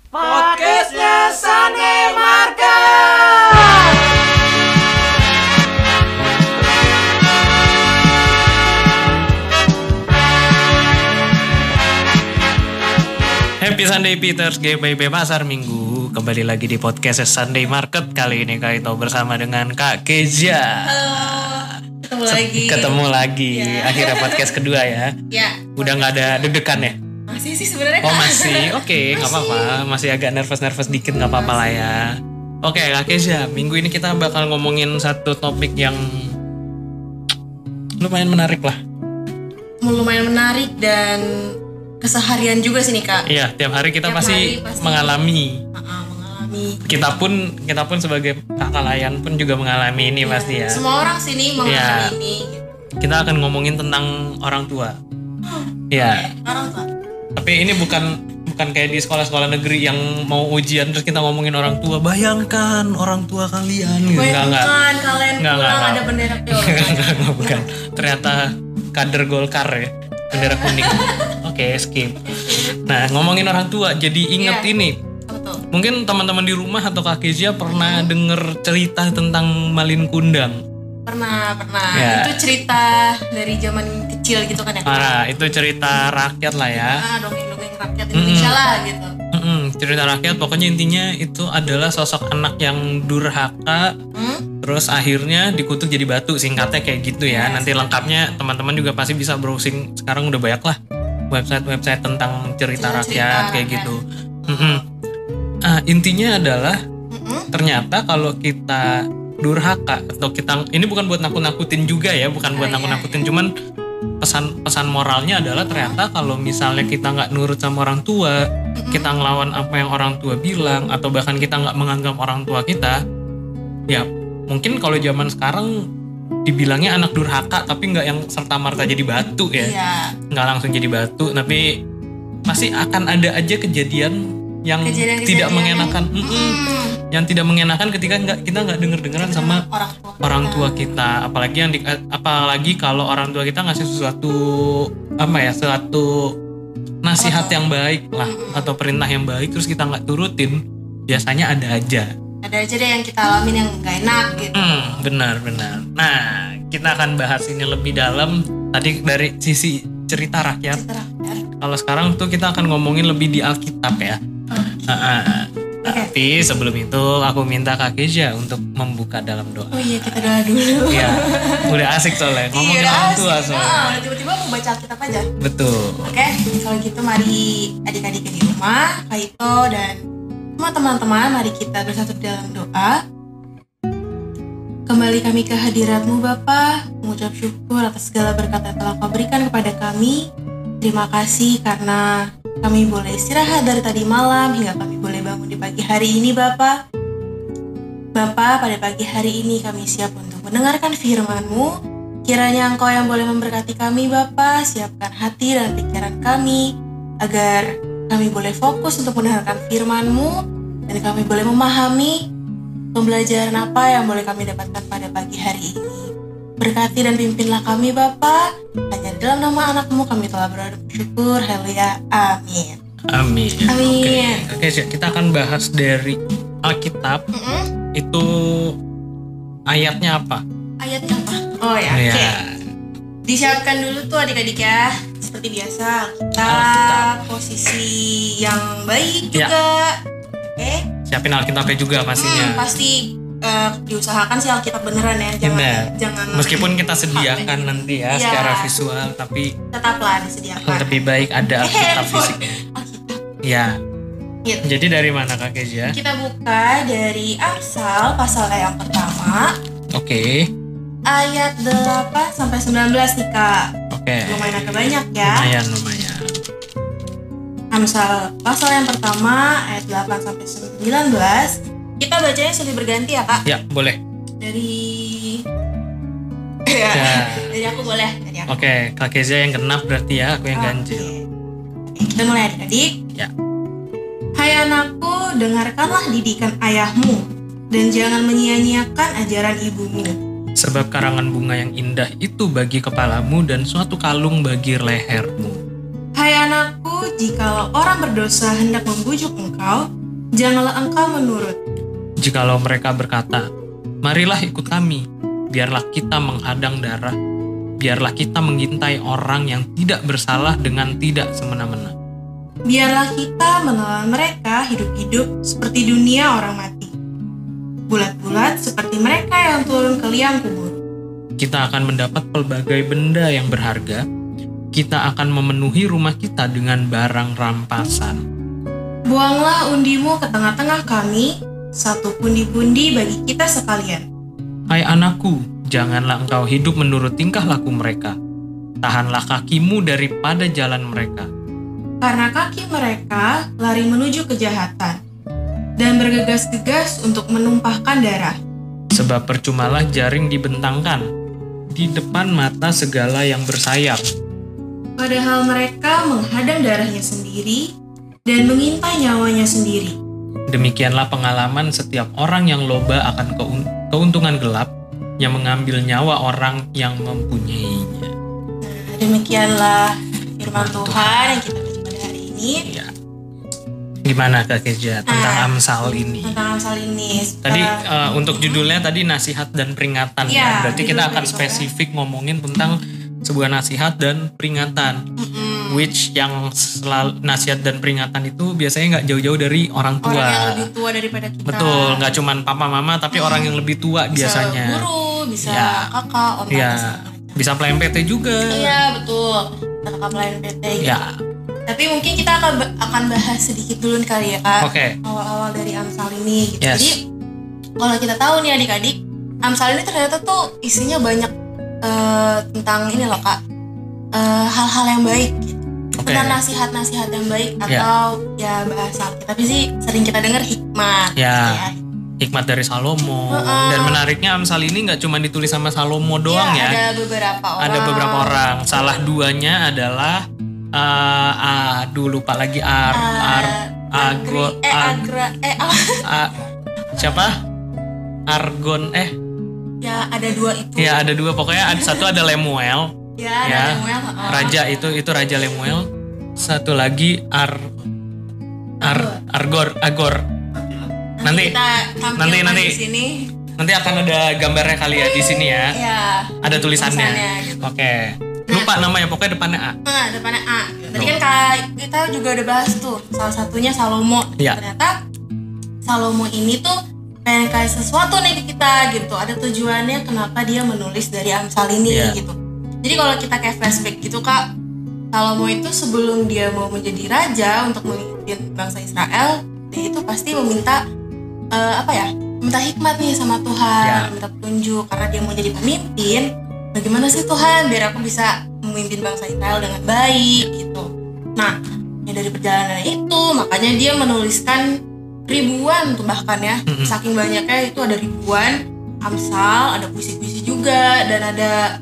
Podcastnya Sunday Market. Happy Sunday Peters, GBB Pasar Minggu. Kembali lagi di podcast Sunday Market. Kali ini Kaito bersama dengan Kak Kezia. Halo, ketemu lagi. Ya. Akhirnya podcast kedua ya. Ya. Udah nggak ada deg-degan ya? Masih sih sebenarnya. Oh masih, oke, nggak apa-apa. Masih agak nervous dikit, nggak apa-apa lah ya. Oke, Kak Kezia, minggu ini kita bakal ngomongin satu topik yang lumayan menarik lah. Lumayan menarik dan keseharian juga sih nih Kak. Iya, tiap hari kita Tiap pasti hari pasti mengalami. Mengalami. Kita pun sebagai kakak layan pun juga mengalami ini pasti ya. Semua orang sini mengalami Ya. ini. Kita akan ngomongin tentang orang tua. Ya, Orang tua. tapi ini bukan kayak di sekolah-sekolah negeri yang mau ujian terus kita ngomongin orang tua. Bayangkan orang tua kalian gitu. Enggak. Kalian Nggak, pulang nggak. ada bendera keluar. Enggak, bukan. Ternyata kader Golkar ya. Bendera kuning. Oke, skip. Nah, ngomongin orang tua jadi inget Iya. ini. Apa tuh? Mungkin teman-teman di rumah atau Kak Kezia pernah denger cerita tentang Malin Kundang. Pernah. Ya. Itu cerita dari zaman kecil gitu kan ya. Kak? Nah, itu cerita rakyat lah ya. Dongeng-dongeng rakyat Indonesia lah gitu. Cerita rakyat, pokoknya intinya itu adalah sosok anak yang durhaka, terus akhirnya dikutuk jadi batu, singkatnya kayak gitu ya. Nanti lengkapnya teman-teman juga pasti bisa browsing, sekarang udah banyak lah website tentang cerita rakyat kayak gitu. Intinya adalah ternyata kalau kita durhaka atau kita, ini bukan buat nakut-nakutin juga ya, bukan buat nakut-nakutin, cuman pesan moralnya adalah ternyata kalau misalnya kita nggak nurut sama orang tua, kita ngelawan apa yang orang tua bilang, atau bahkan kita nggak menganggap orang tua kita, ya mungkin kalau zaman sekarang dibilangnya anak durhaka, tapi nggak yang serta-merta jadi batu ya, Iya. nggak langsung jadi batu, tapi pasti akan ada aja kejadian yang tidak mengenakan, yang tidak mengenakan ketika kita nggak denger-dengeran sama orang tua kita, apalagi kalau orang tua kita ngasih suatu nasihat yang baik lah, atau perintah yang baik terus kita nggak turutin, biasanya ada aja deh yang kita alamin yang gak enak gitu. Benar. Nah, kita akan bahas ini lebih dalam tadi dari sisi cerita rakyat. Kalau sekarang tuh kita akan ngomongin lebih di Alkitab ya. Tapi sebelum itu aku minta Kak Kezia untuk membuka dalam doa. Oh iya, kita doa dulu. Iya, udah asik soalnya ngomongin orang tua soalnya. Tiba-tiba mau baca Alkitab aja. Betul. Oke, kalau gitu mari adik-adik di rumah, Kaito dan semua teman-teman, mari kita bersatu dalam doa. Kembali kami ke hadirat-Mu Bapa, mengucap syukur atas segala berkat yang telah Kau berikan kepada kami. Terima kasih karena kami boleh istirahat dari tadi malam hingga kami boleh bangun di pagi hari ini Bapa. Bapa, pada pagi hari ini kami siap untuk mendengarkan firman-Mu. Kiranya Engkau yang boleh memberkati kami Bapa, siapkan hati dan pikiran kami agar kami boleh fokus untuk mendengarkan firman-Mu dan kami boleh memahami pembelajaran apa yang boleh kami dapatkan pada pagi hari ini. Berkati dan pimpinlah kami Bapa, hanya dalam nama anak-Mu kami telah berdoa dan bersyukur. Haleluya, amin. Amin. Amin. Oke, kita akan bahas dari Alkitab. Itu ayatnya apa? Ayatnya apa? Oh ya, oke. Disiapkan dulu tuh adik-adik ya. Seperti biasa, kita posisi yang baik juga. Oke. Siapin Alkitabnya juga pastinya. Pasti diusahakan sih Alkitab beneran ya. Jangan meskipun kita sediakan nanti ya secara visual, tapi tetaplah disediakan. lebih baik ada Alkitab fisiknya. Alkitab. Ya. Gitu. Jadi dari mana Kak Kezia? Kita buka dari Amsal pasal yang pertama. Oke. Ayat 8 sampai 19 nih Kak. Oke. Lumayan agak banyak ya. Lumayan. Amsal pasal yang pertama ayat 8 sampai 19. Kita bacanya silih berganti ya Kak. Ya, boleh. Dari Ya. Dari aku boleh. Dari aku. Oke, Kak Kezia yang genap berarti ya, aku yang ganjil. Oke, kita mulai adik-adik. Ya. Hai anakku, dengarkanlah didikan ayahmu dan jangan menyia-nyiakan ajaran ibumu. Sebab karangan bunga yang indah itu bagi kepalamu dan suatu kalung bagi lehermu. Hai anakku, jikalau orang berdosa hendak membujuk engkau, janganlah engkau menurut. Jikalau mereka berkata, marilah ikut kami, biarlah kita menghadang darah, biarlah kita mengintai orang yang tidak bersalah dengan tidak semena-mena. Biarlah kita menelan mereka hidup-hidup seperti dunia orang mati. Bulat-bulat seperti mereka yang turun ke liang kubur. Kita akan mendapat pelbagai benda yang berharga, kita akan memenuhi rumah kita dengan barang rampasan. Buanglah undimu ke tengah-tengah kami, satu pundi-pundi bagi kita sekalian. Hai anakku, janganlah engkau hidup menurut tingkah laku mereka. Tahanlah kakimu daripada jalan mereka. Karena kaki mereka lari menuju kejahatan dan bergegas-gegas untuk menumpahkan darah. Sebab percumalah jaring dibentangkan di depan mata segala yang bersayap. Padahal mereka menghadang darahnya sendiri dan mengintai nyawanya sendiri. Demikianlah pengalaman setiap orang yang loba akan keuntungan gelap, yang mengambil nyawa orang yang mempunyainya. Nah, demikianlah firman Tuhan yang kita baca pada hari ini. Ya. Gimana Kak Keja tentang Amsal ini? Tentang Amsal ini. Tadi untuk judulnya tadi nasihat dan peringatan ya. Berarti kita akan spesifik ngomongin tentang sebuah nasihat dan peringatan. Which yang selalu nasihat dan peringatan itu biasanya nggak jauh-jauh dari orang tua. Orang yang lebih tua daripada kita. Betul, nggak cuman papa mama tapi orang yang lebih tua biasanya. Bisa guru, bisa kakak, om bisa pelayan PT juga. Iya betul, kakak pelayan PT. Ya. Tapi mungkin kita akan bahas sedikit dulu kali ya Kak. Oke. Awal-awal dari Amsal ini gitu. Yes. Jadi kalau kita tahu nih adik-adik, Amsal ini ternyata tuh isinya banyak tentang ini loh Kak, hal-hal yang baik gitu. Tentang nasihat-nasihat yang baik atau ya bahasa kita tapi sih sering kita dengar hikmat. Ya. Ya. Hikmat dari Salomo. Dan menariknya Amsal ini nggak cuma ditulis sama Salomo doang ya. Ada beberapa orang. Ada beberapa orang. Salah duanya adalah lupa lagi siapa? Argon Ya ada dua itu. Ya ada dua pokoknya satu ada Lemuel. Ya ada Lemuel. Raja itu Raja Lemuel. Satu lagi Agor. Nanti di sini. Nanti akan ada gambarnya kali ya di sini ya. Iya. Ada tulisannya. Gitu. Oke. Lupa namanya pokoknya depannya A. Depannya A. Tadi kan kita juga udah bahas tuh salah satunya Salomo. Ya. Ternyata Salomo ini tuh pengen kasih sesuatu nih ke kita gitu. Ada tujuannya kenapa dia menulis dari Amsal ini gitu. Jadi kalau kita kayak flashback gitu Kak, Salomo itu sebelum dia mau menjadi raja untuk memimpin bangsa Israel, dia itu pasti meminta minta hikmat nih sama Tuhan, minta petunjuk karena dia mau jadi pemimpin. Bagaimana sih Tuhan biar aku bisa memimpin bangsa Israel dengan baik gitu. Nah, ya dari perjalanan itu makanya dia menuliskan ribuan tuh bahkan ya. Saking banyaknya itu ada ribuan Amsal, ada puisi-puisi juga dan ada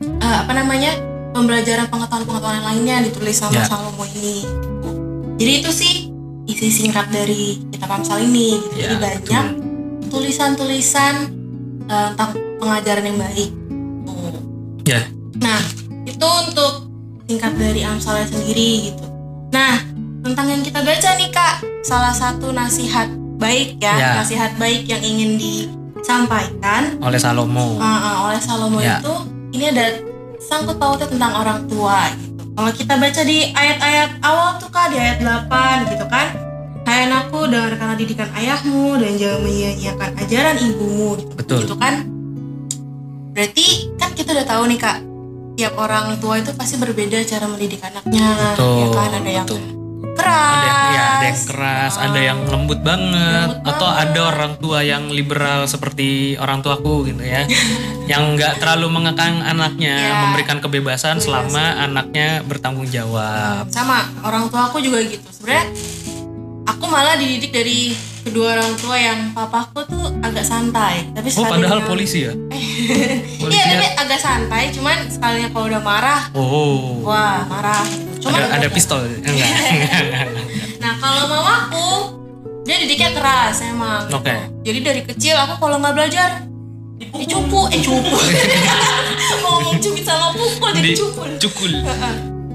pembelajaran pengetahuan-pengetahuan lainnya ditulis sama Salomo ini. Jadi itu sih isi singkat dari kitab Amsal ini gitu. Jadi banyak tulisan-tulisan tentang pengajaran yang baik. Ya. Nah, itu untuk singkat dari Amsalnya sendiri gitu. Nah, tentang yang kita baca nih Kak, salah satu nasihat baik nasihat baik yang ingin disampaikan oleh Salomo. Oleh Salomo itu ini ada sangkut pautnya tentang orang tua gitu. Kalau kita baca di ayat-ayat awal tuh Kak, di ayat 8 gitu kan. Hai anakku, dengarkanlah didikan ayahmu dan jangan menyia-nyiakan ajaran ibumu gitu. Betul. Gitu kan. Berarti kan kita udah tahu nih Kak, tiap orang tua itu pasti berbeda cara mendidik anaknya. Betul, ya kan ada yang keras, ada yang keras, ada yang lembut banget, atau ada orang tua yang liberal seperti orang tuaku gitu ya, yang nggak terlalu mengekang anaknya, memberikan kebebasan selama anaknya bertanggung jawab. Sama orang tua aku juga gitu. Sebenarnya aku malah dididik dari kedua orang tua yang papaku tuh agak santai, tapi padahal polisi ya? Iya, tapi agak santai, cuman sekalinya kalau udah marah, wah marah. Cuman ada pistol? Enggak. Nah kalau mamaku, dia didiknya keras emang. Oke. Jadi dari kecil aku kalau nggak belajar, cupu. Mau ngomong cubit sama pukul jadi cukul.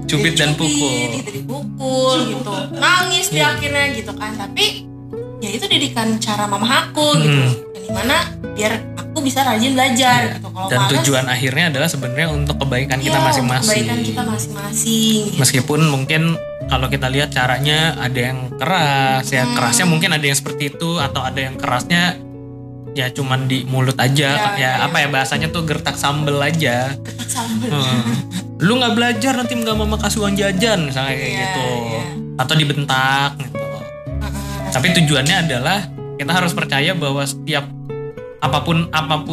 Cubit dan pukul. gitu, dipukul gitu, nangis di akhirnya gitu kan. Tapi ya itu didikan cara mama aku gitu, yang dimana biar aku bisa rajin belajar gitu. Kalau Dan malas, tujuan akhirnya adalah sebenarnya untuk kebaikan kita untuk masing-masing. kebaikan kita masing-masing gitu. Meskipun mungkin kalau kita lihat caranya ada yang keras ya, kerasnya mungkin ada yang seperti itu, atau ada yang kerasnya ya cuman di mulut aja ya, apa ya bahasanya tuh gertak sambel aja. Gertak sambel. Lu nggak belajar nanti nggak mama kasih uang jajan misalnya kayak gitu, atau dibentak gitu. Tapi tujuannya adalah kita harus percaya bahwa setiap apapun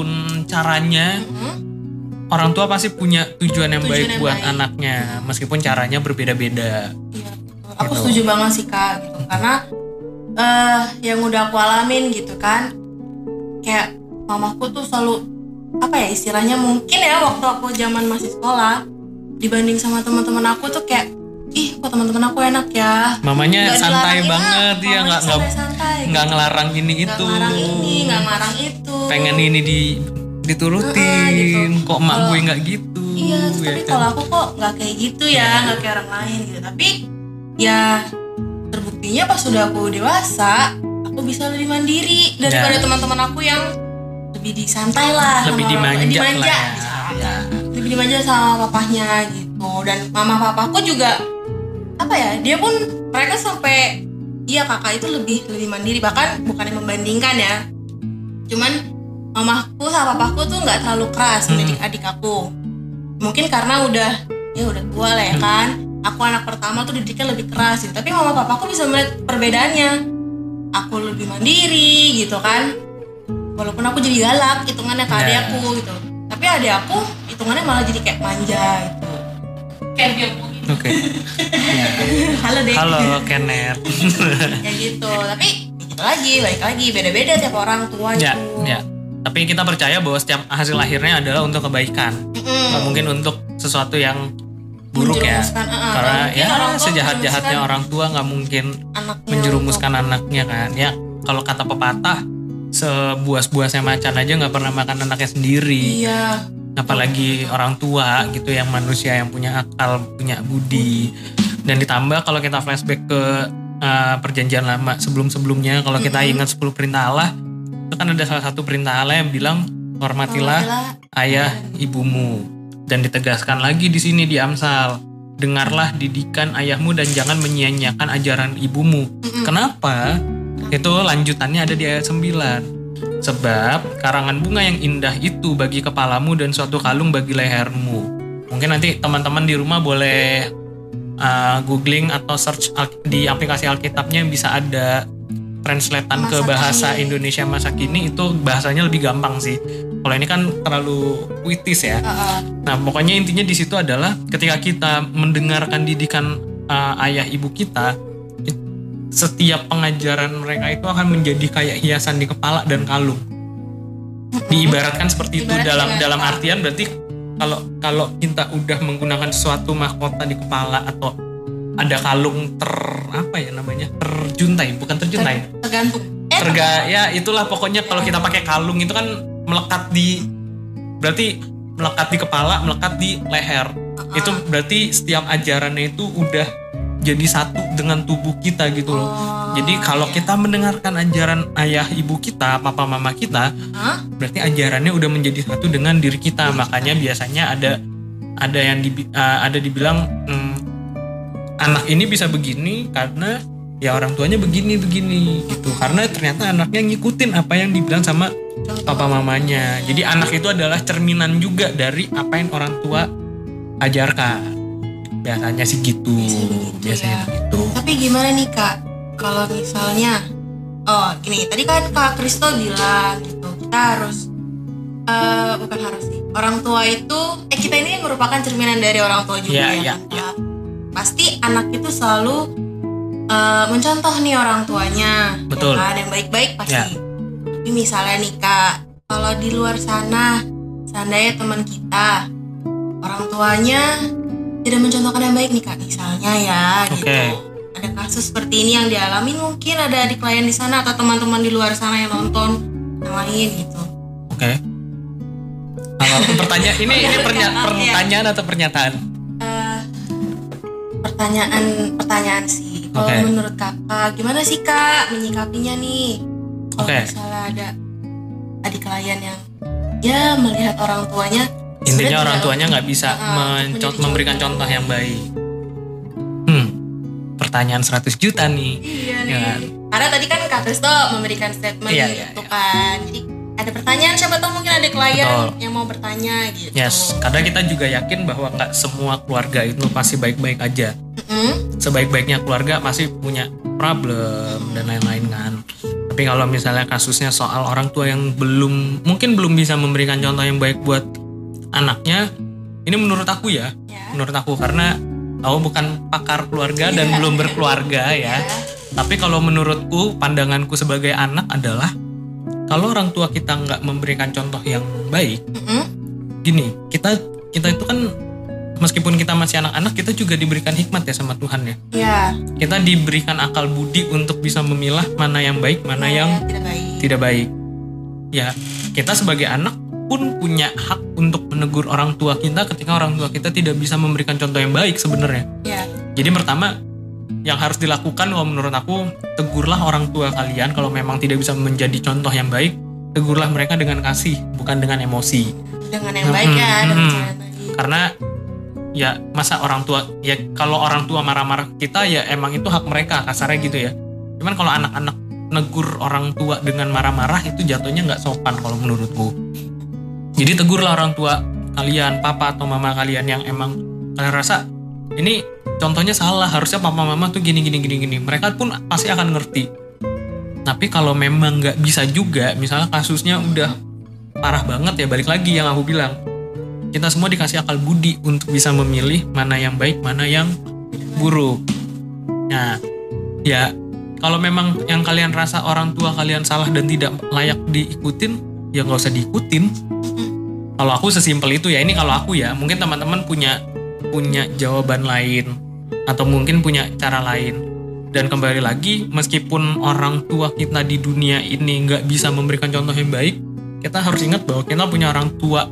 caranya, orang tua pasti punya tujuan yang baik buat anaknya, meskipun caranya berbeda-beda. Iya, aku setuju banget sih Kak gitu, karena yang udah aku alamin gitu kan, kayak mamaku tuh selalu apa ya istilahnya, mungkin ya waktu aku zaman masih sekolah dibanding sama teman-teman aku tuh kayak, ih kok teman-teman aku enak ya, mamanya santai banget ya, nggak ngelarang ini itu, nggak ngelarang itu, pengen ini diturutin gitu. Kok emak gue nggak gitu. Iya, tapi kalau aku kok nggak kayak gitu ya, nggak kayak orang lain gitu. Tapi ya terbuktinya pas sudah aku dewasa, aku bisa lebih mandiri daripada teman-teman aku yang lebih disantai lah, lebih dimanja lah ya. Lebih dimanja sama papahnya gitu. Dan mama papaku juga apa ya, dia pun mereka sampai iya kakak itu lebih mandiri, bahkan bukannya membandingkan ya, cuman mamaku sama papaku tuh nggak terlalu keras mendidik adik aku. Mungkin karena udah tua lah ya kan. Aku anak pertama tuh didiknya lebih keras gitu. Tapi mama papaku bisa melihat perbedaannya. Aku lebih mandiri gitu kan. Walaupun aku jadi galak hitungannya ke adik aku gitu. Tapi adik aku hitungannya malah jadi kayak manja gitu. Kayak dia ngomongin. Oke. Halo Dek. Halo Kenneth. Kayak gitu. Tapi gitu lagi, balik lagi beda-beda tiap orang tua itu. Ya. Tapi kita percaya bahwa setiap hasil akhirnya adalah untuk kebaikan. Nggak mungkin untuk sesuatu yang buruk ya. Karena ya sejahat-jahatnya orang tua nggak mungkin menjerumuskan anaknya kan. Ya kalau kata pepatah, sebuas-buasnya macan aja nggak pernah makan anaknya sendiri. Iya. Apalagi orang tua gitu, yang manusia yang punya akal, punya budi. Dan ditambah kalau kita flashback ke perjanjian lama sebelum-sebelumnya, kalau kita ingat 10 perintah Allah, itu kan ada salah satu perintah Allah yang bilang hormatilah ayah ibumu, dan ditegaskan lagi di sini di Amsal, dengarlah didikan ayahmu dan jangan menyia-nyiakan ajaran ibumu. Kenapa? Itu lanjutannya ada di ayat 9. Sebab karangan bunga yang indah itu bagi kepalamu dan suatu kalung bagi lehermu. Mungkin nanti teman-teman di rumah boleh googling atau search di aplikasi Alkitabnya, bisa ada translatean ke bahasa Indonesia masa kini, itu bahasanya lebih gampang sih. Kalau ini kan terlalu puitis ya. Nah pokoknya intinya di situ adalah ketika kita mendengarkan didikan ayah ibu kita, setiap pengajaran mereka itu akan menjadi kayak hiasan di kepala dan kalung. Diibaratkan seperti itu dalam artian berarti kalau kita udah menggunakan suatu mahkota di kepala atau ada kalung tergantung ya itulah pokoknya. Kalau kita pakai kalung itu kan melekat di kepala, melekat di leher. Itu berarti setiap ajarannya itu udah jadi satu dengan tubuh kita gitu loh. Jadi kalau kita mendengarkan ajaran ayah ibu kita, papa mama kita, berarti ajarannya udah menjadi satu dengan diri kita. Makanya biasanya ada yang dibilang anak ini bisa begini karena ya orang tuanya begini gitu. Karena ternyata anaknya ngikutin apa yang dibilang sama papa mamanya. Jadi anak itu adalah cerminan juga dari apa yang orang tua ajarkan. Biasanya sih gitu. Biasanya begitu. Tapi gimana nih Kak, kalau misalnya gini, tadi kan Kak Kristo bilang gitu, kita harus bukan harus sih, orang tua itu kita ini merupakan cerminan dari orang tua juga ya. Pasti anak itu selalu mencontoh nih orang tuanya. Betul. Ya kan? Yang baik-baik pasti. Tapi misalnya nih Kak, kalau di luar sana seandainya teman kita orang tuanya tidak mencontohkan yang baik nih Kak, misalnya ya gitu. Ada kasus seperti ini yang dialami, mungkin ada adik klien di sana atau teman-teman di luar sana yang nonton yang lain gitu. Pertanyaan ini pertanyaan atau pernyataan? pertanyaan sih. Kalau Oke. menurut kakak, gimana sih kak menyikapinya nih? Kalau Oke. misalnya ada adik klien yang ya melihat orang tuanya, Intinya sebenarnya orang tidak- tuanya nggak bisa menjadi memberikan contoh yang baik. Pertanyaan 100 juta nih. Iya Ya nih. kan? Karena tadi kan Kak Kristo memberikan statement Iya, gitu kan. Jadi ada pertanyaan, siapa tahu mungkin ada klien Betul. yang mau bertanya gitu. Yes, karena kita juga yakin bahwa nggak semua keluarga itu pasti baik-baik aja. Sebaik-baiknya keluarga pasti punya problem dan lain-lain kan. Tapi kalau misalnya kasusnya soal orang tua yang mungkin belum bisa memberikan contoh yang baik buat anaknya, ini menurut aku ya, Ya. menurut aku karena aku bukan pakar keluarga dan belum berkeluarga ya. Tapi kalau menurutku, pandanganku sebagai anak adalah kalau orang tua kita nggak memberikan contoh yang baik, gini, kita itu kan meskipun kita masih anak-anak, kita juga diberikan hikmat ya sama Tuhan ya. Ya. Kita diberikan akal budi untuk bisa memilah mana yang baik, mana yang tidak baik. tidak baik. Ya, kita sebagai anak pun punya hak untuk menegur orang tua kita ketika orang tua kita tidak bisa memberikan contoh yang baik sebenarnya. Ya. Jadi pertama yang harus dilakukan kalau menurut aku, tegurlah orang tua kalian kalau memang tidak bisa menjadi contoh yang baik, tegurlah mereka dengan kasih, bukan dengan emosi. Dengan yang baik ya, dengan cara yang baik. Karena ya masa orang tua, ya kalau orang tua marah-marah kita ya emang itu hak mereka, kasarnya gitu ya. Cuman kalau anak-anak negur orang tua dengan marah-marah itu jatuhnya nggak sopan kalau menurutku. Jadi tegurlah orang tua kalian, papa atau mama kalian yang emang kalian rasa ini contohnya salah, harusnya papa mama tuh gini. Mereka pun pasti akan ngerti. Tapi kalau memang nggak bisa juga, misalnya kasusnya udah parah banget ya, balik lagi yang aku bilang, kita semua dikasih akal budi untuk bisa memilih mana yang baik, mana yang buruk. Nah, ya kalau memang yang kalian rasa orang tua kalian salah dan tidak layak diikutin, ya nggak usah diikutin. Kalau aku sesimpel itu ya. Ini kalau aku ya, mungkin teman-teman punya jawaban lain atau mungkin punya cara lain. Dan kembali lagi, meskipun orang tua kita di dunia ini nggak bisa memberikan contoh yang baik, kita harus ingat bahwa kita punya orang tua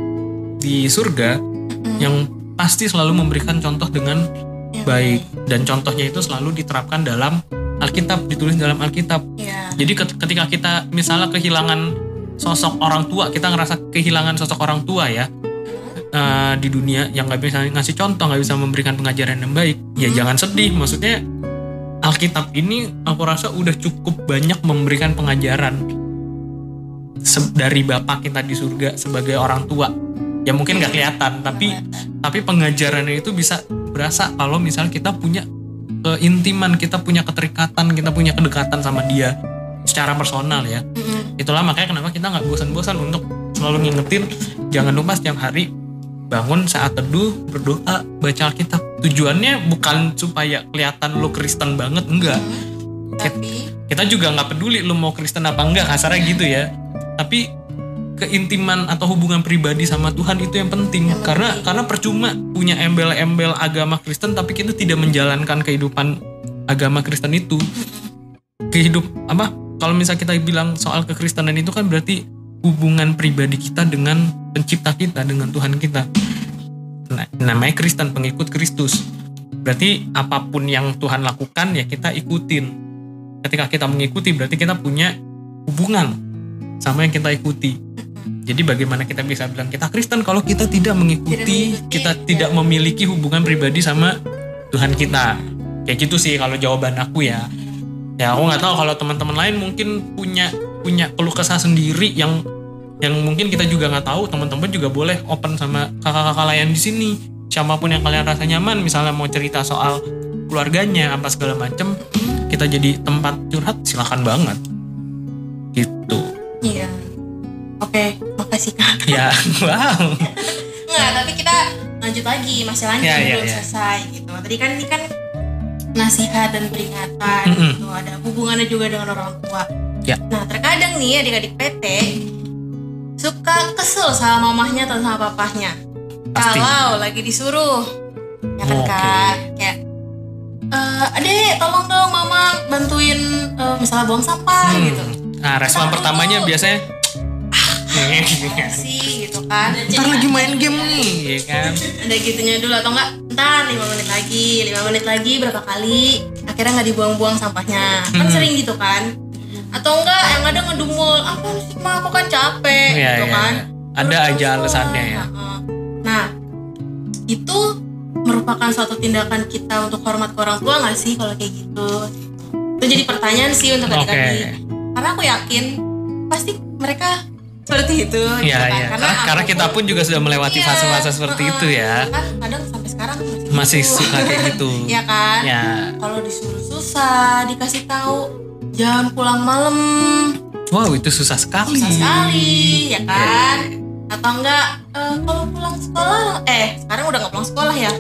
di surga yang pasti selalu memberikan contoh dengan baik, dan contohnya itu selalu diterapkan dalam Alkitab, ditulis dalam Alkitab. Ya. Jadi ketika kita misalnya kehilangan sosok orang tua, kita ngerasa kehilangan sosok orang tua ya di dunia yang nggak bisa ngasih contoh, nggak bisa memberikan pengajaran yang baik, ya jangan sedih. Maksudnya Alkitab ini aku rasa udah cukup banyak memberikan pengajaran dari Bapa kita di surga sebagai orang tua. Ya mungkin nggak kelihatan, tapi pengajarannya itu bisa berasa kalau misalnya kita punya keintiman, kita punya keterikatan, kita punya kedekatan sama dia secara personal ya. Itulah makanya kenapa kita nggak bosan-bosan untuk selalu ngingetin, jangan lupa setiap hari bangun saat teduh, berdoa, baca Alkitab. Tujuannya bukan supaya kelihatan lu Kristen banget, enggak. Tapi Kita juga nggak peduli lu mau Kristen apa enggak, kasarnya gitu ya. Tapi keintiman atau hubungan pribadi sama Tuhan itu yang penting. Karena percuma punya embel-embel agama Kristen tapi kita tidak menjalankan kehidupan agama Kristen itu. Kalau misalnya kita bilang soal kekristenan itu kan berarti hubungan pribadi kita dengan pencipta kita, dengan Tuhan kita. Nah, namanya Kristen, pengikut Kristus. Berarti apapun yang Tuhan lakukan ya kita ikutin. Ketika kita mengikuti berarti kita punya hubungan sama yang kita ikuti. Jadi bagaimana kita bisa bilang kita Kristen kalau kita tidak mengikuti, kita tidak memiliki hubungan pribadi sama Tuhan kita. Kayak gitu sih kalau jawaban aku ya. Ya aku nggak tahu kalau teman-teman lain mungkin punya keluh kesah sendiri yang mungkin kita juga nggak tahu. Teman-teman juga boleh open sama kakak-kakak lain di sini. Siapapun yang kalian rasa nyaman, misalnya mau cerita soal keluarganya apa segala macem, kita jadi tempat curhat, silakan banget. Gitu. iya. Oke, makasih Kak. Ya, wow. Nggak, tapi kita lanjut lagi, masih lanjut Ya, belum ya. selesai gitu. Tadi kan ini kan nasihat dan peringatan gitu, ada hubungannya juga dengan orang tua. Ya. Nah terkadang nih adik-adik PT suka kesel sama mamahnya atau sama papahnya. Pasti. Kalau lagi disuruh, ya kan Oke. Kak, kayak adek tolong dong mama bantuin misalnya buang sampah gitu. Nah, respon Sampah pertamanya dulu. biasanya sih gitu kan. Ntar lagi main game nih, ya kan. Ada gitunya dulu atau enggak, ntar 5 menit lagi berapa kali, akhirnya nggak dibuang-buang sampahnya. Kan sering gitu kan. Atau enggak yang ada ngedumul, apa sih mah aku kan capek gitu kan. Ada aja alasannya ya. Nah, itu merupakan suatu tindakan kita untuk hormat ke orang tua nggak sih kalau kayak gitu? Itu jadi pertanyaan sih untuk adik-adik. Karena aku yakin pasti mereka seperti itu. Iya, gitu iya. kan? Karena kita pun juga sudah melewati fase-fase seperti itu ya. Kan kadang sampai sekarang Masih gitu. suka kayak gitu. Iya kan? Ya. Kalau disuruh susah, dikasih tahu jangan pulang malam. Wow, itu susah sekali. Susah sekali, ya kan? Atau enggak kalau pulang sekolah, sekarang udah nggak pulang sekolah ya.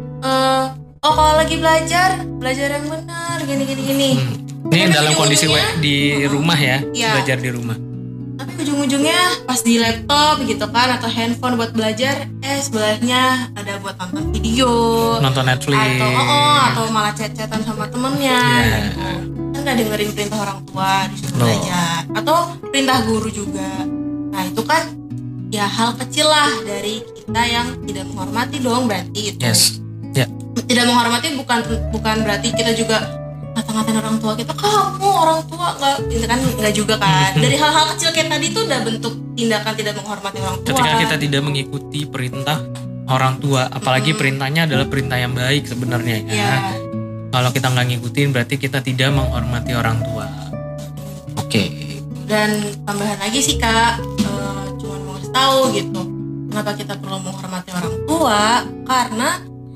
Kalau lagi belajar yang benar, gini. Ini Tapi dalam kondisi ujung-ujungnya, di rumah ya, Iya. belajar di rumah. Tapi ujung-ujungnya pas di laptop gitu kan, atau handphone buat belajar, sebelahnya ada buat nonton video, Nonton Netflix. atau malah chat-chatan sama temennya gitu. Kan nggak dengerin perintah orang tua, disuruh belajar, atau perintah guru juga. Nah itu kan ya hal kecil lah dari kita yang tidak menghormati dong, berarti itu. Yes. Ya. Tidak menghormati bukan berarti kita juga ngata-ngatain orang tua kita, kamu orang tua nggak, itu kan nggak juga kan. Dari hal-hal kecil kayak tadi itu udah bentuk tindakan tidak menghormati orang tua. Ketika kita tidak mengikuti perintah orang tua, apalagi perintahnya adalah perintah yang baik sebenarnya ya. Iya. Kalau kita nggak ngikutin berarti kita tidak menghormati orang tua. Oke. Dan tambahan lagi sih kak, cuma mau kasih tahu gitu, kenapa kita perlu menghormati orang tua, karena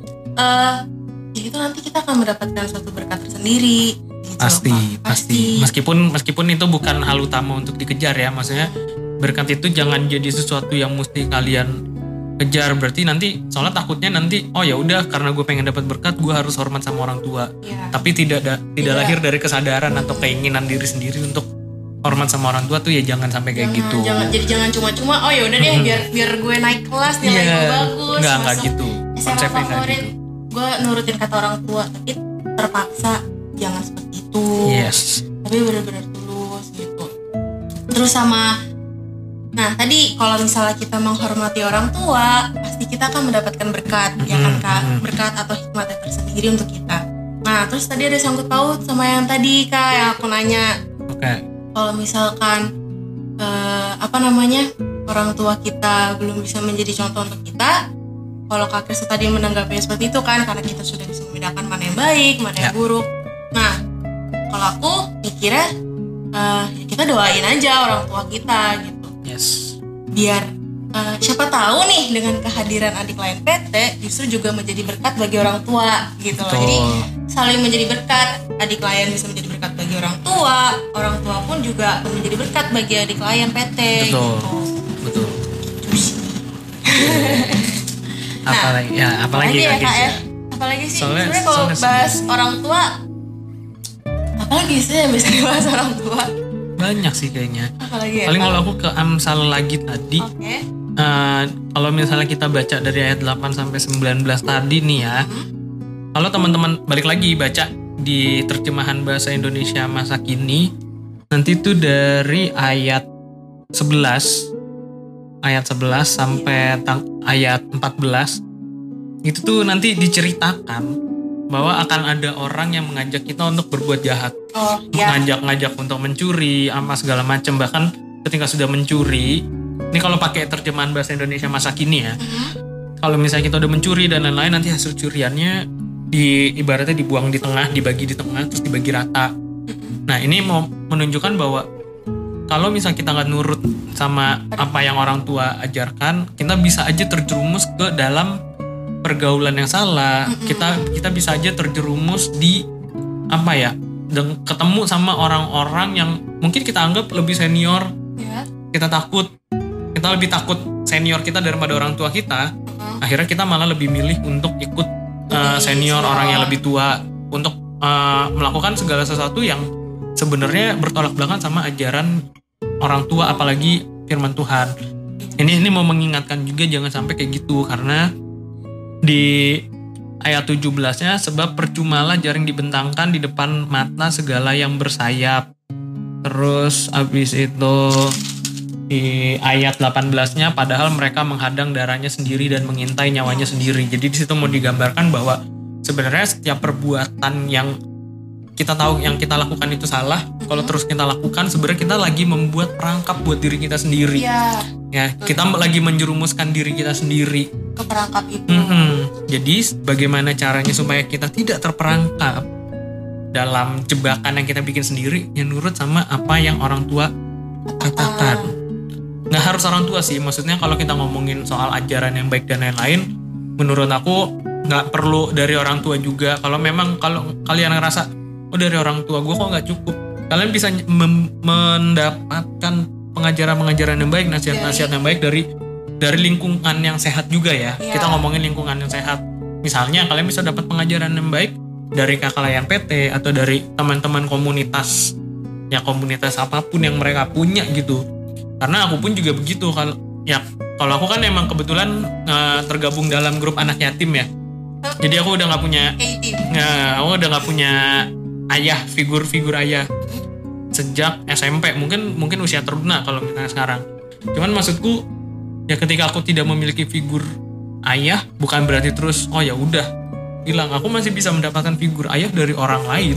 ya itu nanti kita akan mendapatkan suatu berkat tersendiri gitu. Pasti. Meskipun itu bukan hal utama untuk dikejar ya, maksudnya berkat itu jangan jadi sesuatu yang mesti kalian kejar. Berarti nanti soalnya takutnya nanti ya udah karena gue pengen dapat berkat gue harus hormat sama orang tua. Ya. Tapi tidak lahir dari kesadaran atau keinginan diri sendiri untuk hormat sama orang tua tuh ya jangan sampai kayak gitu. Jangan cuma-cuma ya udah deh biar gue naik kelas nilai gue bagus. Nggak gitu. Konsepnya nggak gitu. Gue nurutin kata orang tua, tapi terpaksa, jangan seperti itu. Yes. Tapi benar-benar tulus gitu. Terus sama, nah tadi kalau misalnya kita menghormati orang tua, pasti kita akan mendapatkan berkat, ya kan kak? Berkat atau hikmat tersendiri untuk kita. Nah terus tadi ada sangkut paut sama yang tadi kak, yang aku nanya. Oke. Kalau misalkan orang tua kita belum bisa menjadi contoh untuk kita. Kalau Kak Krisna tadi menanggapinya seperti itu kan, karena kita sudah bisa membedakan mana yang baik, mana yang buruk. Nah, kalau aku mikirnya kita doain aja orang tua kita gitu. Yes. Biar siapa tahu nih dengan kehadiran adik lain PT justru juga menjadi berkat bagi orang tua gitu loh. Jadi saling menjadi berkat, adik lain bisa menjadi berkat bagi orang tua pun juga menjadi berkat bagi adik lain PT. Betul. Nah, apalagi ya kak ya. Apalagi sih sebenarnya kalau bahas orang tua, apalagi sih yang bisa dibahas orang tua? Banyak sih kayaknya. Apalagi ya? Paling kalau aku ke Amsal lagi tadi. Oke. Kalau misalnya kita baca dari ayat 8 sampai 19 tadi nih ya. Kalau teman-teman balik lagi baca di terjemahan bahasa Indonesia masa kini, nanti tuh dari ayat 11 sampai ayat 14 itu tuh nanti diceritakan bahwa akan ada orang yang mengajak kita untuk berbuat jahat, ngajak untuk mencuri, apa segala macam. Bahkan ketika sudah mencuri, ini kalau pakai terjemahan bahasa Indonesia masa kini ya, kalau misalnya kita udah mencuri dan lain-lain, nanti hasil curiannya ibaratnya dibuang di tengah, dibagi di tengah, terus dibagi rata. Nah ini mau menunjukkan bahwa kalau misalnya kita nggak nurut sama apa yang orang tua ajarkan, kita bisa aja terjerumus ke dalam pergaulan yang salah. Kita bisa aja terjerumus di ketemu sama orang-orang yang mungkin kita anggap lebih senior. Kita lebih takut senior kita daripada orang tua kita. Akhirnya kita malah lebih milih untuk ikut senior, orang yang lebih tua, untuk melakukan segala sesuatu yang sebenarnya bertolak belakang sama ajaran orang tua, apalagi firman Tuhan. Ini mau mengingatkan juga jangan sampai kayak gitu, karena di ayat 17-nya, sebab percumalah jaring dibentangkan di depan mata segala yang bersayap. Terus abis itu di ayat 18-nya, padahal mereka menghadang darahnya sendiri dan mengintai nyawanya sendiri. Jadi di situ mau digambarkan bahwa sebenarnya setiap perbuatan yang kita tahu yang kita lakukan itu salah, kalau terus kita lakukan sebenarnya kita lagi membuat perangkap buat diri kita sendiri. Iya. Ya, kita lagi menjerumuskan diri kita sendiri Ke perangkap itu. Jadi bagaimana caranya supaya kita tidak terperangkap dalam jebakan yang kita bikin sendiri, yang nurut sama apa yang orang tua katakan. Nggak harus orang tua sih, maksudnya kalau kita ngomongin soal ajaran yang baik dan lain-lain, menurut aku nggak perlu dari orang tua juga. Kalau kalian ngerasa oh dari orang tua gue kok nggak cukup, kalian bisa mendapatkan pengajaran-pengajaran yang baik, nasihat-nasihat yang baik dari lingkungan yang sehat juga ya. Kita ngomongin lingkungan yang sehat. Misalnya kalian bisa dapat pengajaran yang baik dari kakak layan PT atau dari teman-teman komunitas, ya komunitas apapun yang mereka punya gitu. Karena aku pun juga begitu. Kalau aku kan emang kebetulan tergabung dalam grup anak yatim ya. Jadi aku udah nggak punya ayah, figur ayah sejak SMP, mungkin usia teruna kalau misalnya sekarang. Cuman maksudku ya ketika aku tidak memiliki figur ayah bukan berarti terus oh ya udah hilang. Aku masih bisa mendapatkan figur ayah dari orang lain.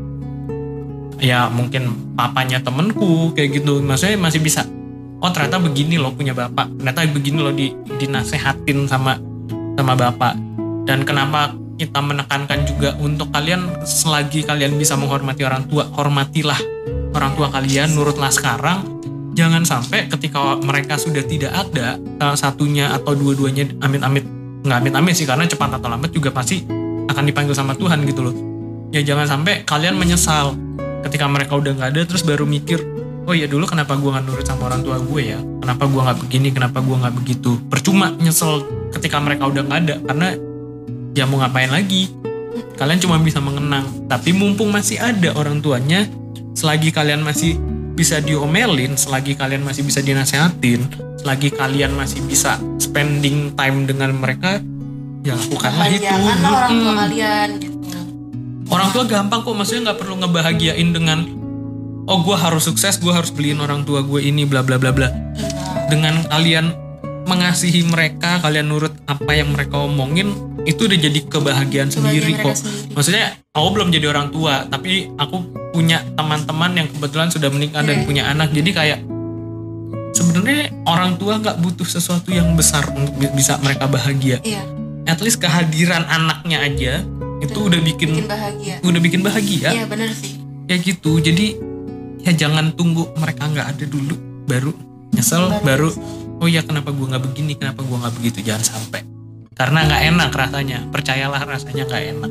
Ya mungkin papanya temenku kayak gitu. Maksudnya masih bisa. Oh ternyata begini loh punya bapak. Ternyata begini loh dinasehatin sama bapak. Dan kenapa kita menekankan juga untuk kalian selagi kalian bisa menghormati orang tua, hormatilah orang tua kalian, nurutlah sekarang. Jangan sampai ketika mereka sudah tidak ada, salah satunya atau dua-duanya nggak amit-amit sih, karena cepat atau lambat juga pasti akan dipanggil sama Tuhan gitu loh. Ya jangan sampai kalian menyesal ketika mereka udah nggak ada terus baru mikir, oh ya dulu kenapa gue nggak nurut sama orang tua gue ya, kenapa gue nggak begini, kenapa gue nggak begitu. Percuma nyesel ketika mereka udah nggak ada, karena ya mau ngapain lagi, kalian cuma bisa mengenang. Tapi mumpung masih ada orang tuanya, selagi kalian masih bisa diomelin, selagi kalian masih bisa dinasehatin, selagi kalian masih bisa spending time dengan mereka, ya lakukanlah itu. Janganlah orang tua kalian gitu. Orang tua gampang kok, maksudnya nggak perlu ngebahagiain dengan oh gue harus sukses, gue harus beliin orang tua gue ini bla bla bla bla. Dengan kalian mengasihi mereka, kalian nurut apa yang mereka omongin, itu udah jadi kebahagiaan sendiri kok. Maksudnya aku belum jadi orang tua, tapi aku punya teman-teman yang kebetulan sudah menikah dan punya anak. Jadi kayak sebenarnya orang tua nggak butuh sesuatu yang besar untuk bisa mereka bahagia. At least kehadiran anaknya aja itu udah bikin bahagia. Iya benar sih. Ya gitu. Jadi ya jangan tunggu mereka nggak ada dulu baru nyesel, baru oh ya kenapa gue nggak begini, kenapa gue nggak begitu. Jangan sampai. Karena nggak enak rasanya, percayalah rasanya nggak enak,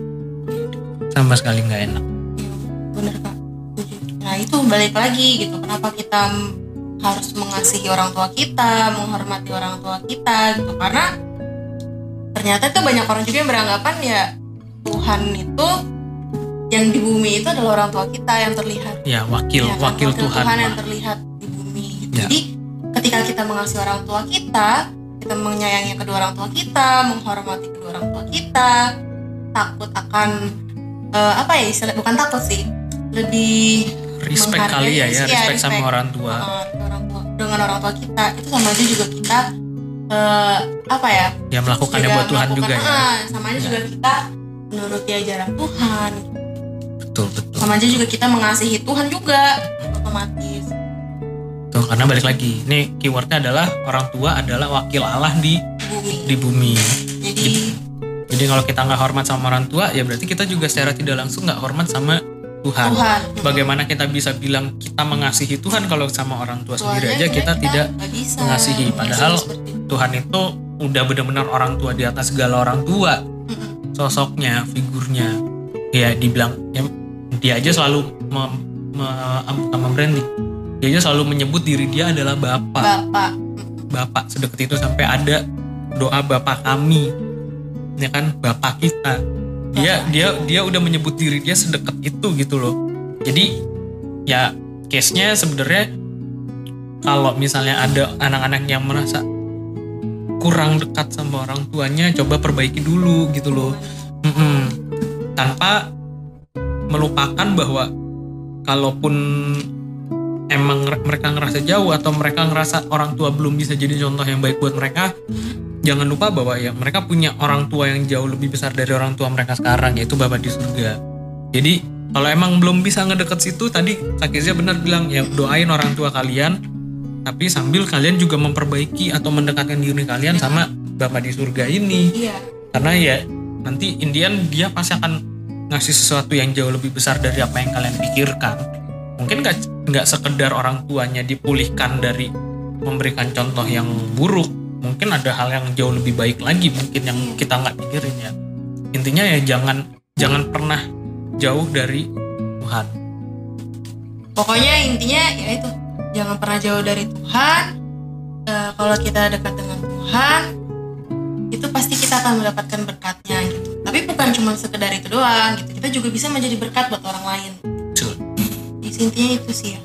sama sekali nggak enak. Bener kak. Nah itu balik lagi gitu, kenapa kita harus mengasihi orang tua kita, menghormati orang tua kita gitu, karena ternyata itu banyak orang juga yang beranggapan ya Tuhan itu yang di bumi itu adalah orang tua kita yang terlihat. Ya wakil Tuhan yang terlihat di bumi gitu. Ya. Jadi ketika kita mengasihi orang tua kita menyayangi kedua orang tua kita, menghormati kedua orang tua kita, takut akan bukan takut sih, lebih respect kali ya, respect sama orang tua. Dengan orang tua kita itu sama aja juga kita ya melakukannya buat Tuhan juga ya. Sama aja juga kita menuruti ajaran Tuhan. Betul. Sama aja juga kita mengasihi Tuhan juga otomatis. Tuh, karena balik lagi, ini keywordnya adalah orang tua adalah wakil Allah di bumi. Jadi kalau kita nggak hormat sama orang tua, ya berarti kita juga secara tidak langsung nggak hormat sama Tuhan. Bagaimana kita bisa bilang kita mengasihi Tuhan kalau sama orang tua sendiri aja kita tidak mengasihi. Padahal Tuhan itu udah benar-benar orang tua di atas segala orang tua. Sosoknya, figurnya, ya dibilang ya, dia aja selalu membranding. Dia aja selalu menyebut diri dia adalah Bapak sedekat itu, sampai ada doa Bapak kami, ya kan, Bapak kita. Dia udah menyebut diri dia sedekat itu gitu loh. Jadi ya case-nya sebenarnya kalau misalnya ada anak-anak yang merasa kurang dekat sama orang tuanya, coba perbaiki dulu gitu loh. Tanpa melupakan bahwa kalaupun emang mereka ngerasa jauh atau mereka ngerasa orang tua belum bisa jadi contoh yang baik buat mereka, jangan lupa bahwa ya mereka punya orang tua yang jauh lebih besar dari orang tua mereka sekarang, yaitu Bapa di surga. Jadi kalau emang belum bisa ngedeket situ, tadi Kak Kezia benar bilang ya, doain orang tua kalian, tapi sambil kalian juga memperbaiki atau mendekatkan diri kalian sama Bapa di surga ini. Iya. Karena ya nanti Indian dia pasti akan ngasih sesuatu yang jauh lebih besar dari apa yang kalian pikirkan. Mungkin nggak sekedar orang tuanya dipulihkan dari memberikan contoh yang buruk, mungkin ada hal yang jauh lebih baik lagi mungkin yang kita nggak pikirin ya. Intinya ya jangan pernah jauh dari Tuhan. Pokoknya intinya ya itu, jangan pernah jauh dari Tuhan. Kalau kita dekat dengan Tuhan, itu pasti kita akan mendapatkan berkatnya gitu. Tapi bukan cuma sekedar itu doang gitu, kita juga bisa menjadi berkat buat orang lain. Betul. Jadi intinya itu sih ya.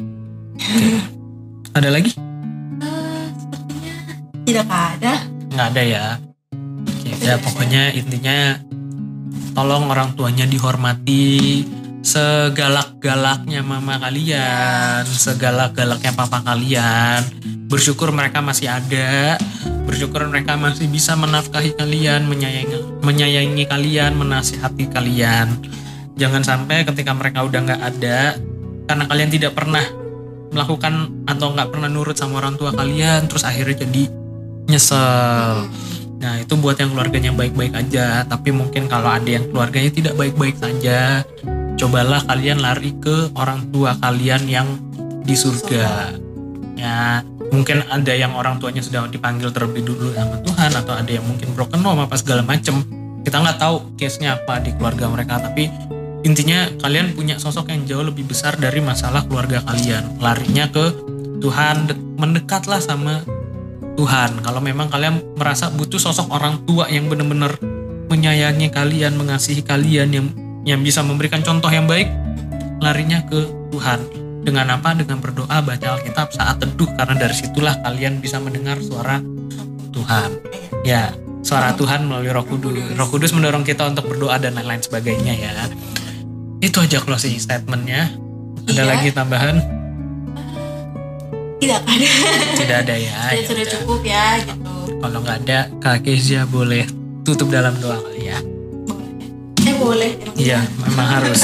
Ada lagi? Sepertinya tidak ada. Nggak ada ya. Oke, ya pokoknya intinya tolong orang tuanya dihormati segalak-galaknya mama kalian, segalak-galaknya papa kalian. Bersyukur mereka masih ada, bersyukur mereka masih bisa menafkahi kalian, menyayangi kalian, menasihati kalian. Jangan sampai ketika mereka udah nggak ada, karena kalian tidak pernah melakukan atau nggak pernah nurut sama orang tua kalian, terus akhirnya jadi nyesel. Nah itu buat yang keluarganya baik-baik aja. Tapi mungkin kalau ada yang keluarganya tidak baik-baik saja, cobalah kalian lari ke orang tua kalian yang di surga. Ya mungkin ada yang orang tuanya sudah dipanggil terlebih dulu sama Tuhan, atau ada yang mungkin broken home apa segala macem. Kita nggak tahu case-nya apa di keluarga mereka, tapi intinya kalian punya sosok yang jauh lebih besar dari masalah keluarga kalian. Larinya ke Tuhan, mendekatlah sama Tuhan. Kalau memang kalian merasa butuh sosok orang tua yang benar-benar menyayangi kalian, mengasihi kalian, yang bisa memberikan contoh yang baik, larinya ke Tuhan. Dengan apa? Dengan berdoa, baca Alkitab saat teduh, karena dari situlah kalian bisa mendengar suara Tuhan. Ya, suara Tuhan melalui Roh Kudus. Roh Kudus mendorong kita untuk berdoa dan lain-lain sebagainya ya. Itu aja closing statement-nya. Ada lagi tambahan? Tidak ada. Tidak ada ya. Sudah cukup ya gitu. Kalau nggak ada, Kak Kezia boleh tutup dalam doa kali ya. Boleh. Iya, memang harus.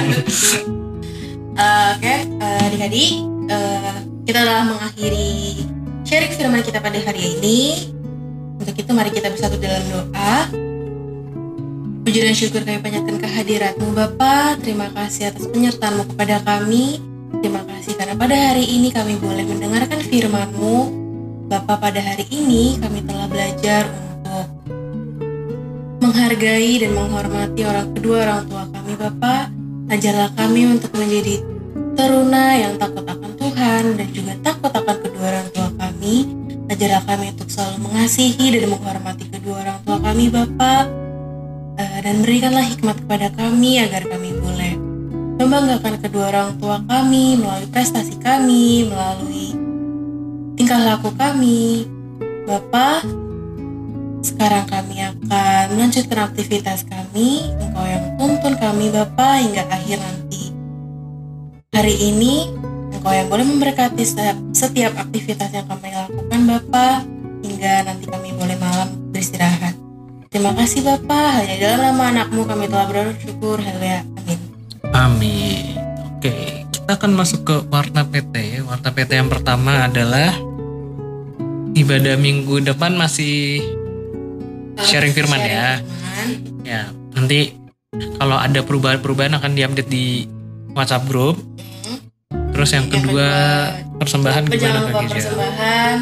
Oke, adik-adik, kita telah mengakhiri sharing firman kita pada hari ini. Untuk itu mari kita bersatu dalam doa. Puji dan syukur kami panjatkan kehadirat-Mu Bapa. Terima kasih atas penyertaan-Mu kepada kami. Terima kasih karena pada hari ini kami boleh mendengarkan firman-Mu. Bapa, pada hari ini kami telah belajar untuk menghargai dan menghormati kedua orang tua kami Bapa. Ajarlah kami untuk menjadi teruna yang takut akan Tuhan dan juga takut akan kedua orang tua kami. Ajarlah kami untuk selalu mengasihi dan menghormati kedua orang tua kami Bapa. Dan berikanlah hikmat kepada kami agar kami boleh membanggakan kedua orang tua kami melalui prestasi kami, melalui tingkah laku kami. Bapa, sekarang kami akan melanjutkan aktivitas kami. Engkau yang tuntun kami Bapa hingga akhir nanti. Hari ini Engkau yang boleh memberkati setiap aktivitas yang kami lakukan Bapa, hingga nanti kami boleh malam beristirahat. Terima kasih Bapa, hanya dalam nama anak-Mu kami telah bersyukur. Haleluya, amin. Amin. Oke, kita akan masuk ke Warta PT. Warta PT yang pertama adalah ibadah minggu depan, masih sharing firman ya. Ya, nanti kalau ada perubahan-perubahan akan diupdate di WhatsApp grup. Terus yang kedua, persembahan gimana Jangan lupa Kak Kezia? persembahan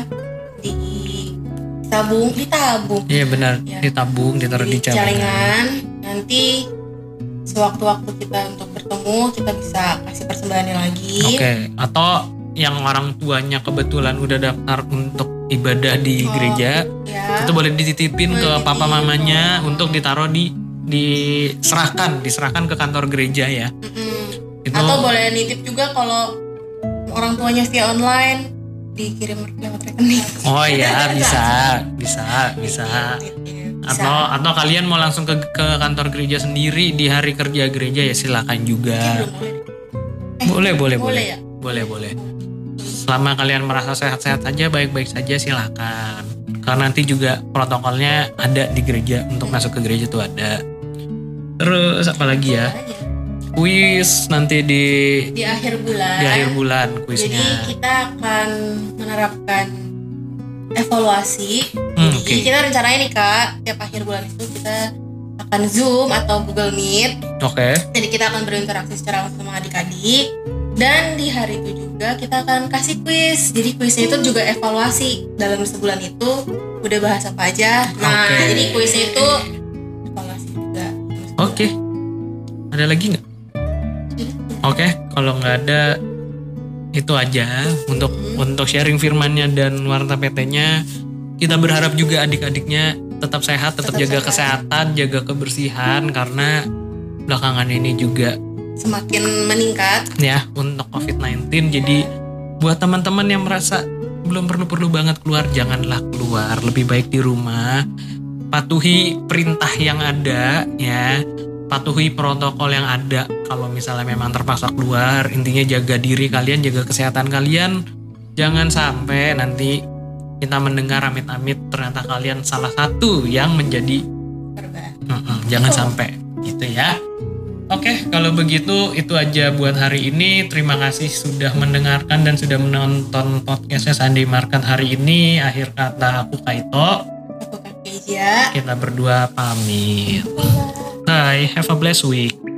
ditabung. Iya benar, Ya. ditabung, ditaruh di calengan. Nanti sewaktu-waktu kita untuk bertemu, kita bisa kasih persembahannya lagi. Oke, atau yang orang tuanya kebetulan udah daftar untuk ibadah di gereja, Ya. itu boleh dititipin ke papa mamanya untuk ditaruh diserahkan ke kantor gereja ya. Itu, Atau boleh nitip juga kalau orang tuanya via online, dikirim lewat rekening. oh iya bisa. Atau kalian mau langsung ke kantor gereja sendiri di hari kerja gereja ya silakan juga. Boleh Boleh. ya? Boleh. selama kalian merasa sehat-sehat saja, baik-baik saja, silakan. Karena nanti juga protokolnya ada di gereja, untuk masuk ke gereja tuh ada. Terus apa lagi ya? Kuis nanti di akhir bulan. Di akhir bulan kuisnya. Jadi kita akan menerapkan evaluasi. Jadi kita rencananya nih Kak, tiap akhir bulan itu kita akan Zoom atau Google Meet. Oke. Jadi kita akan berinteraksi secara langsung sama adik-adik. Dan di hari itu juga kita akan kasih kuis. Jadi kuisnya itu juga evaluasi. Dalam sebulan itu udah bahas apa aja. Nah, jadi kuisnya itu evaluasi juga. Oke. Ada lagi nggak? Oke, kalau nggak ada itu aja untuk sharing firmannya dan warta PT-nya. Kita berharap juga adik-adiknya tetap sehat, tetap jaga kesehatan, jaga kebersihan karena belakangan ini juga semakin meningkat ya untuk COVID-19. Jadi buat teman-teman yang merasa belum perlu banget keluar, janganlah keluar, lebih baik di rumah. Patuhi perintah yang ada ya. Patuhi protokol yang ada. Kalau misalnya memang terpaksa keluar, intinya jaga diri kalian, jaga kesehatan kalian. Jangan sampai nanti kita mendengar amit-amit ternyata kalian salah satu yang menjadi korban. Jangan sampai gitu ya. Oke, kalau begitu itu aja buat hari ini. Terima kasih sudah mendengarkan dan sudah menonton podcastnya Sunday Market hari ini. Akhir kata aku Kaito. Aku Kak Keja. Kita berdua pamit. Bye, have a blessed week.